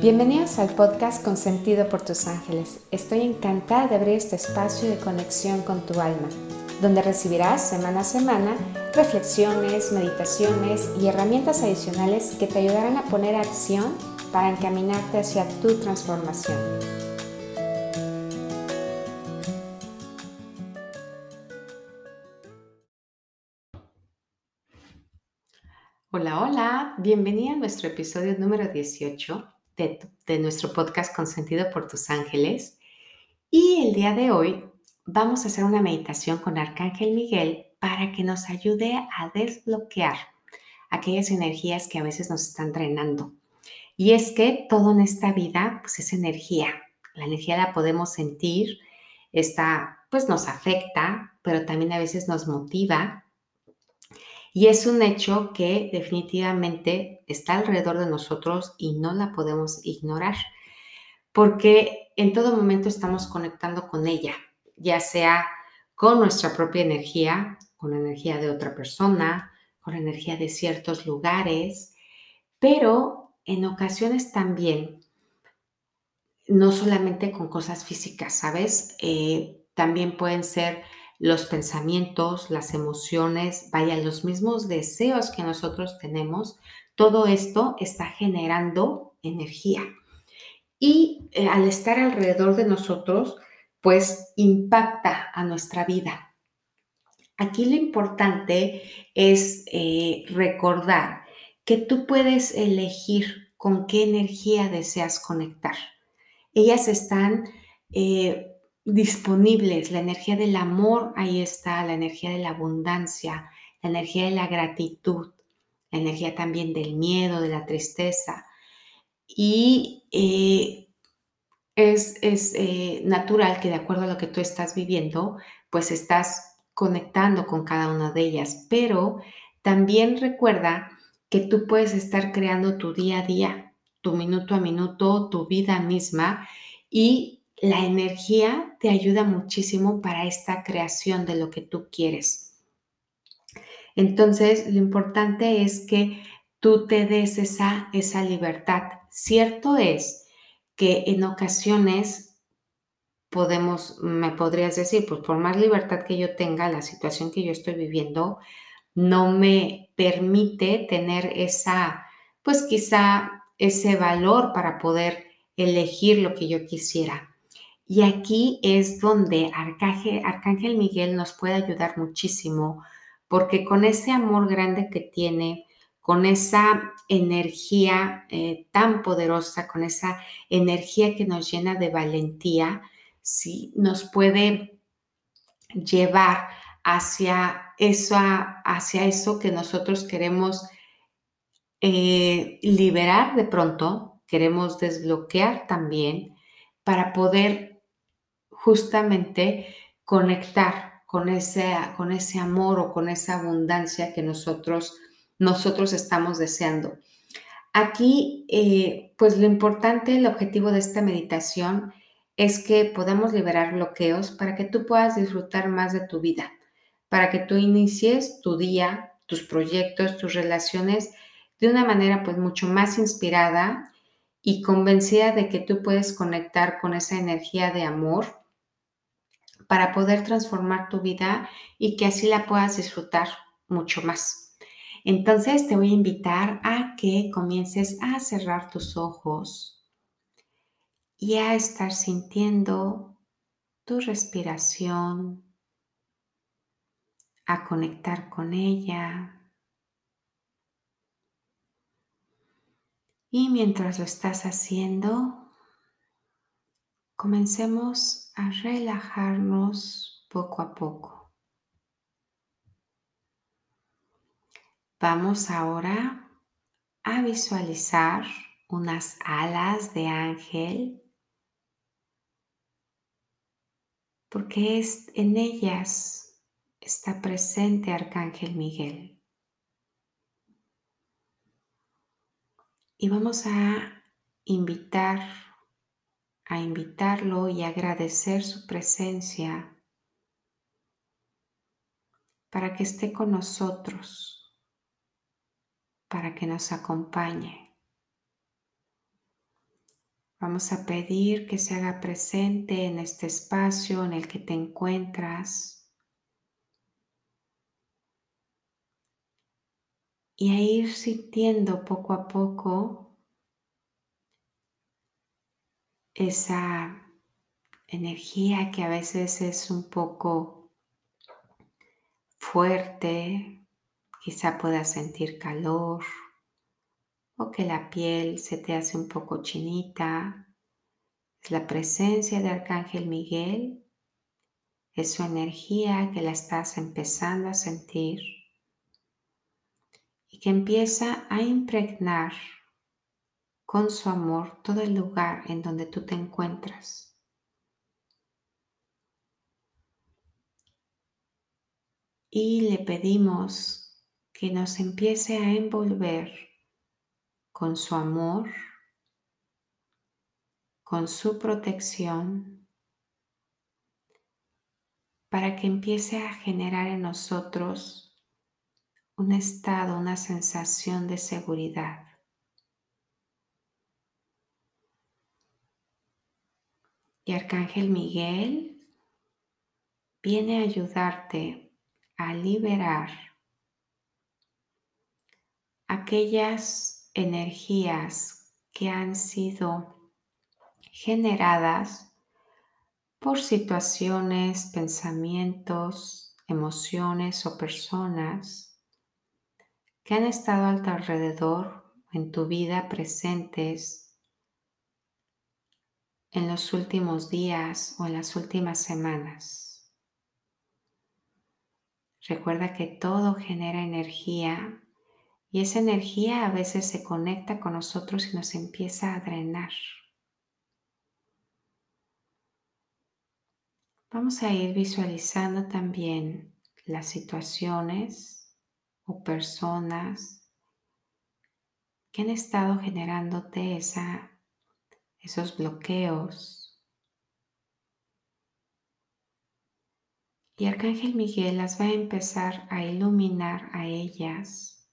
Bienvenidos al podcast Consentido por tus ángeles. Estoy encantada de abrir este espacio de conexión con tu alma, donde recibirás semana a semana reflexiones, meditaciones y herramientas adicionales que te ayudarán a poner acción para encaminarte hacia tu transformación. Hola, hola, bienvenida a nuestro episodio número 18 de nuestro podcast Consentido por tus ángeles. Y el día de hoy vamos a hacer una meditación con Arcángel Miguel para que nos ayude a desbloquear aquellas energías que a veces nos están drenando. Y es que todo en esta vida pues es energía. La energía la podemos sentir, esta pues nos afecta, pero también a veces nos motiva. Y es un hecho que definitivamente está alrededor de nosotros y no la podemos ignorar, porque en todo momento estamos conectando con ella, ya sea con nuestra propia energía, con la energía de otra persona, con la energía de ciertos lugares, pero en ocasiones también, no solamente con cosas físicas, ¿sabes? También pueden ser los pensamientos, las emociones, vaya, los mismos deseos que nosotros tenemos. Todo esto está generando energía. Y al estar alrededor de nosotros, pues impacta a nuestra vida. Aquí lo importante es recordar que tú puedes elegir con qué energía deseas conectar. Ellas están disponibles, la energía del amor ahí está, la energía de la abundancia, la energía de la gratitud, la energía también del miedo, de la tristeza. Y es natural que de acuerdo a lo que tú estás viviendo, pues estás conectando con cada una de ellas, pero también recuerda que tú puedes estar creando tu día a día, tu minuto a minuto, tu vida misma, y la energía te ayuda muchísimo para esta creación de lo que tú quieres. Entonces, lo importante es que tú te des esa libertad. Cierto es que en ocasiones me podrías decir, pues por más libertad que yo tenga, la situación que yo estoy viviendo no me permite tener pues quizá ese valor para poder elegir lo que yo quisiera. Y aquí es donde Arcángel Miguel nos puede ayudar muchísimo, porque con ese amor grande que tiene, con esa energía tan poderosa, con esa energía que nos llena de valentía, sí, nos puede llevar hacia eso que nosotros queremos liberar de pronto, queremos desbloquear también para poder justamente conectar con ese amor o con esa abundancia que nosotros estamos deseando. Aquí, pues lo importante, el objetivo de esta meditación es que podamos liberar bloqueos para que tú puedas disfrutar más de tu vida, para que tú inicies tu día, tus proyectos, tus relaciones de una manera pues mucho más inspirada y convencida de que tú puedes conectar con esa energía de amor para poder transformar tu vida y que así la puedas disfrutar mucho más. Entonces te voy a invitar a que comiences a cerrar tus ojos y a estar sintiendo tu respiración, a conectar con ella. Y mientras lo estás haciendo, comencemos a relajarnos poco a poco. Vamos ahora a visualizar unas alas de ángel, porque en ellas está presente Arcángel Miguel. Y vamos invitarlo y agradecer su presencia para que esté con nosotros, para que nos acompañe. Vamos a pedir que se haga presente en este espacio en el que te encuentras y a ir sintiendo poco a poco esa energía que a veces es un poco fuerte, quizá puedas sentir calor o que la piel se te hace un poco chinita. Es la presencia de Arcángel Miguel, es su energía que la estás empezando a sentir y que empieza a impregnar con su amor todo el lugar en donde tú te encuentras. Y le pedimos que nos empiece a envolver con su amor, con su protección, para que empiece a generar en nosotros un estado, una sensación de seguridad. Y Arcángel Miguel viene a ayudarte a liberar aquellas energías que han sido generadas por situaciones, pensamientos, emociones o personas que han estado a tu alrededor en tu vida presentes en los últimos días o en las últimas semanas. Recuerda que todo genera energía y esa energía a veces se conecta con nosotros y nos empieza a drenar. Vamos a ir visualizando también las situaciones o personas que han estado generándote esos bloqueos. Y Arcángel Miguel las va a empezar a iluminar a ellas,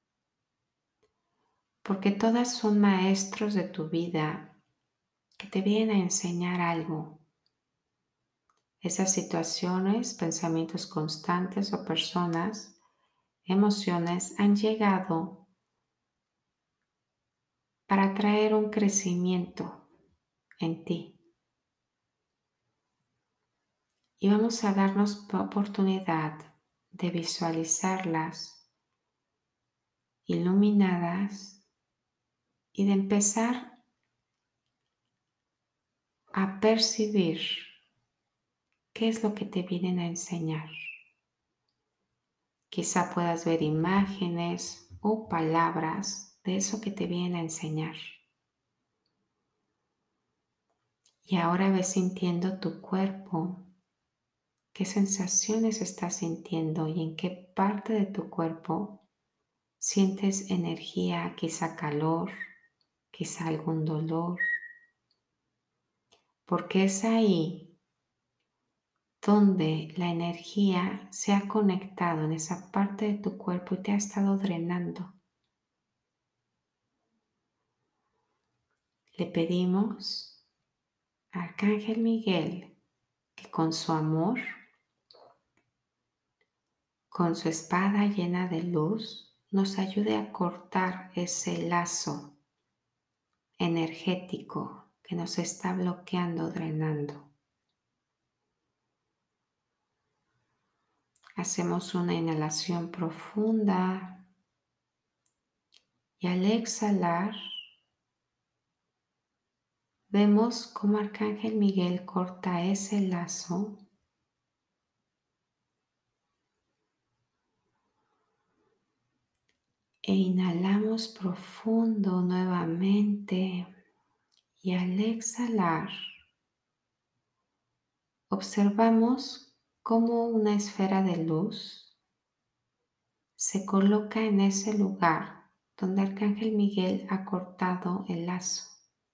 porque todas son maestros de tu vida que te vienen a enseñar algo. Esas situaciones, pensamientos constantes o personas, emociones han llegado para traer un crecimiento en ti. Y vamos a darnos la oportunidad de visualizarlas iluminadas y de empezar a percibir qué es lo que te vienen a enseñar. Quizá puedas ver imágenes o palabras de eso que te vienen a enseñar. Y ahora ves sintiendo tu cuerpo, qué sensaciones estás sintiendo y en qué parte de tu cuerpo sientes energía, quizá calor, quizá algún dolor, porque es ahí donde la energía se ha conectado en esa parte de tu cuerpo y te ha estado drenando. Le pedimos a Arcángel Miguel que con su amor, con su espada llena de luz, nos ayude a cortar ese lazo energético que nos está bloqueando, drenando. Hacemos una inhalación profunda y al exhalar vemos cómo Arcángel Miguel corta ese lazo e inhalamos profundo nuevamente y al exhalar observamos cómo una esfera de luz se coloca en ese lugar donde Arcángel Miguel ha cortado el lazo.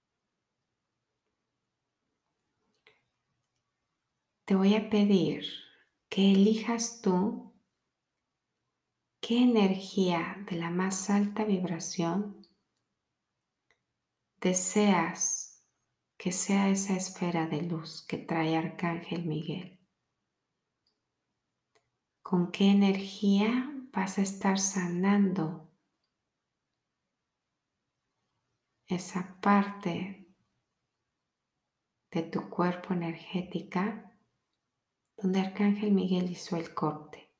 Te voy a pedir que elijas tú qué energía de la más alta vibración deseas que sea esa esfera de luz que trae Arcángel Miguel. ¿Con qué energía vas a estar sanando esa parte de tu cuerpo energética donde Arcángel Miguel hizo el corte?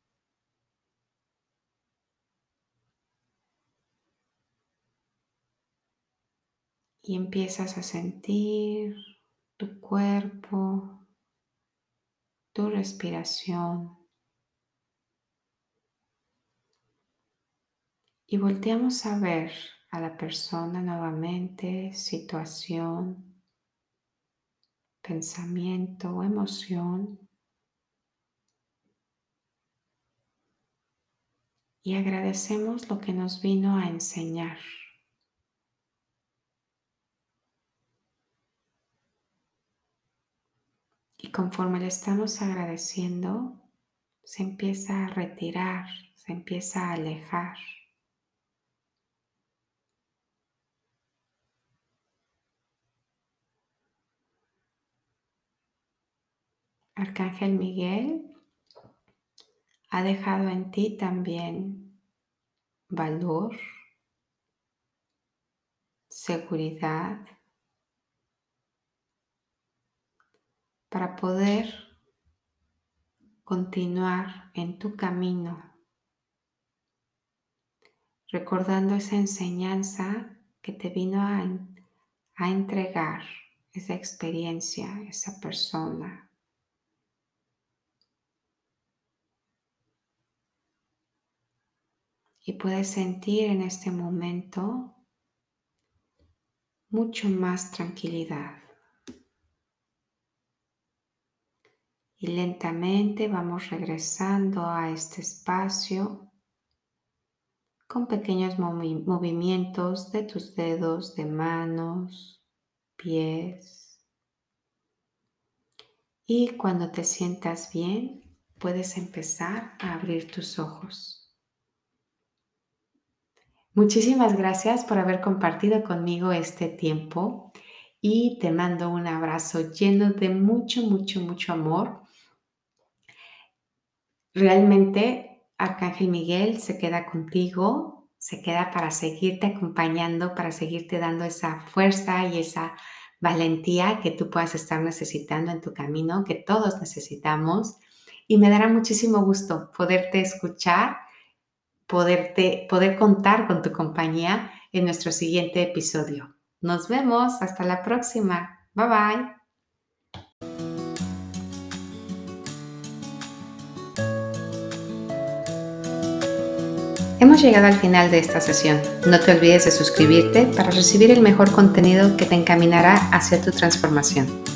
Y empiezas a sentir tu cuerpo, tu respiración. Y volteamos a ver a la persona nuevamente, situación, pensamiento o emoción. Y agradecemos lo que nos vino a enseñar. Y conforme le estamos agradeciendo, se empieza a retirar, se empieza a alejar. Arcángel Miguel ha dejado en ti también valor, seguridad, para poder continuar en tu camino, recordando esa enseñanza que te vino a entregar esa experiencia, esa persona. Y puedes sentir en este momento mucho más tranquilidad. Y lentamente vamos regresando a este espacio con pequeños movimientos de tus dedos, de manos, pies. Y cuando te sientas bien, puedes empezar a abrir tus ojos. Muchísimas gracias por haber compartido conmigo este tiempo y te mando un abrazo lleno de mucho, mucho, mucho amor. Realmente Arcángel Miguel se queda contigo, se queda para seguirte acompañando, para seguirte dando esa fuerza y esa valentía que tú puedas estar necesitando en tu camino, que todos necesitamos. Y me dará muchísimo gusto poderte escuchar, poder contar con tu compañía en nuestro siguiente episodio. Nos vemos, hasta la próxima. Bye bye. Hemos llegado al final de esta sesión. No te olvides de suscribirte para recibir el mejor contenido que te encaminará hacia tu transformación.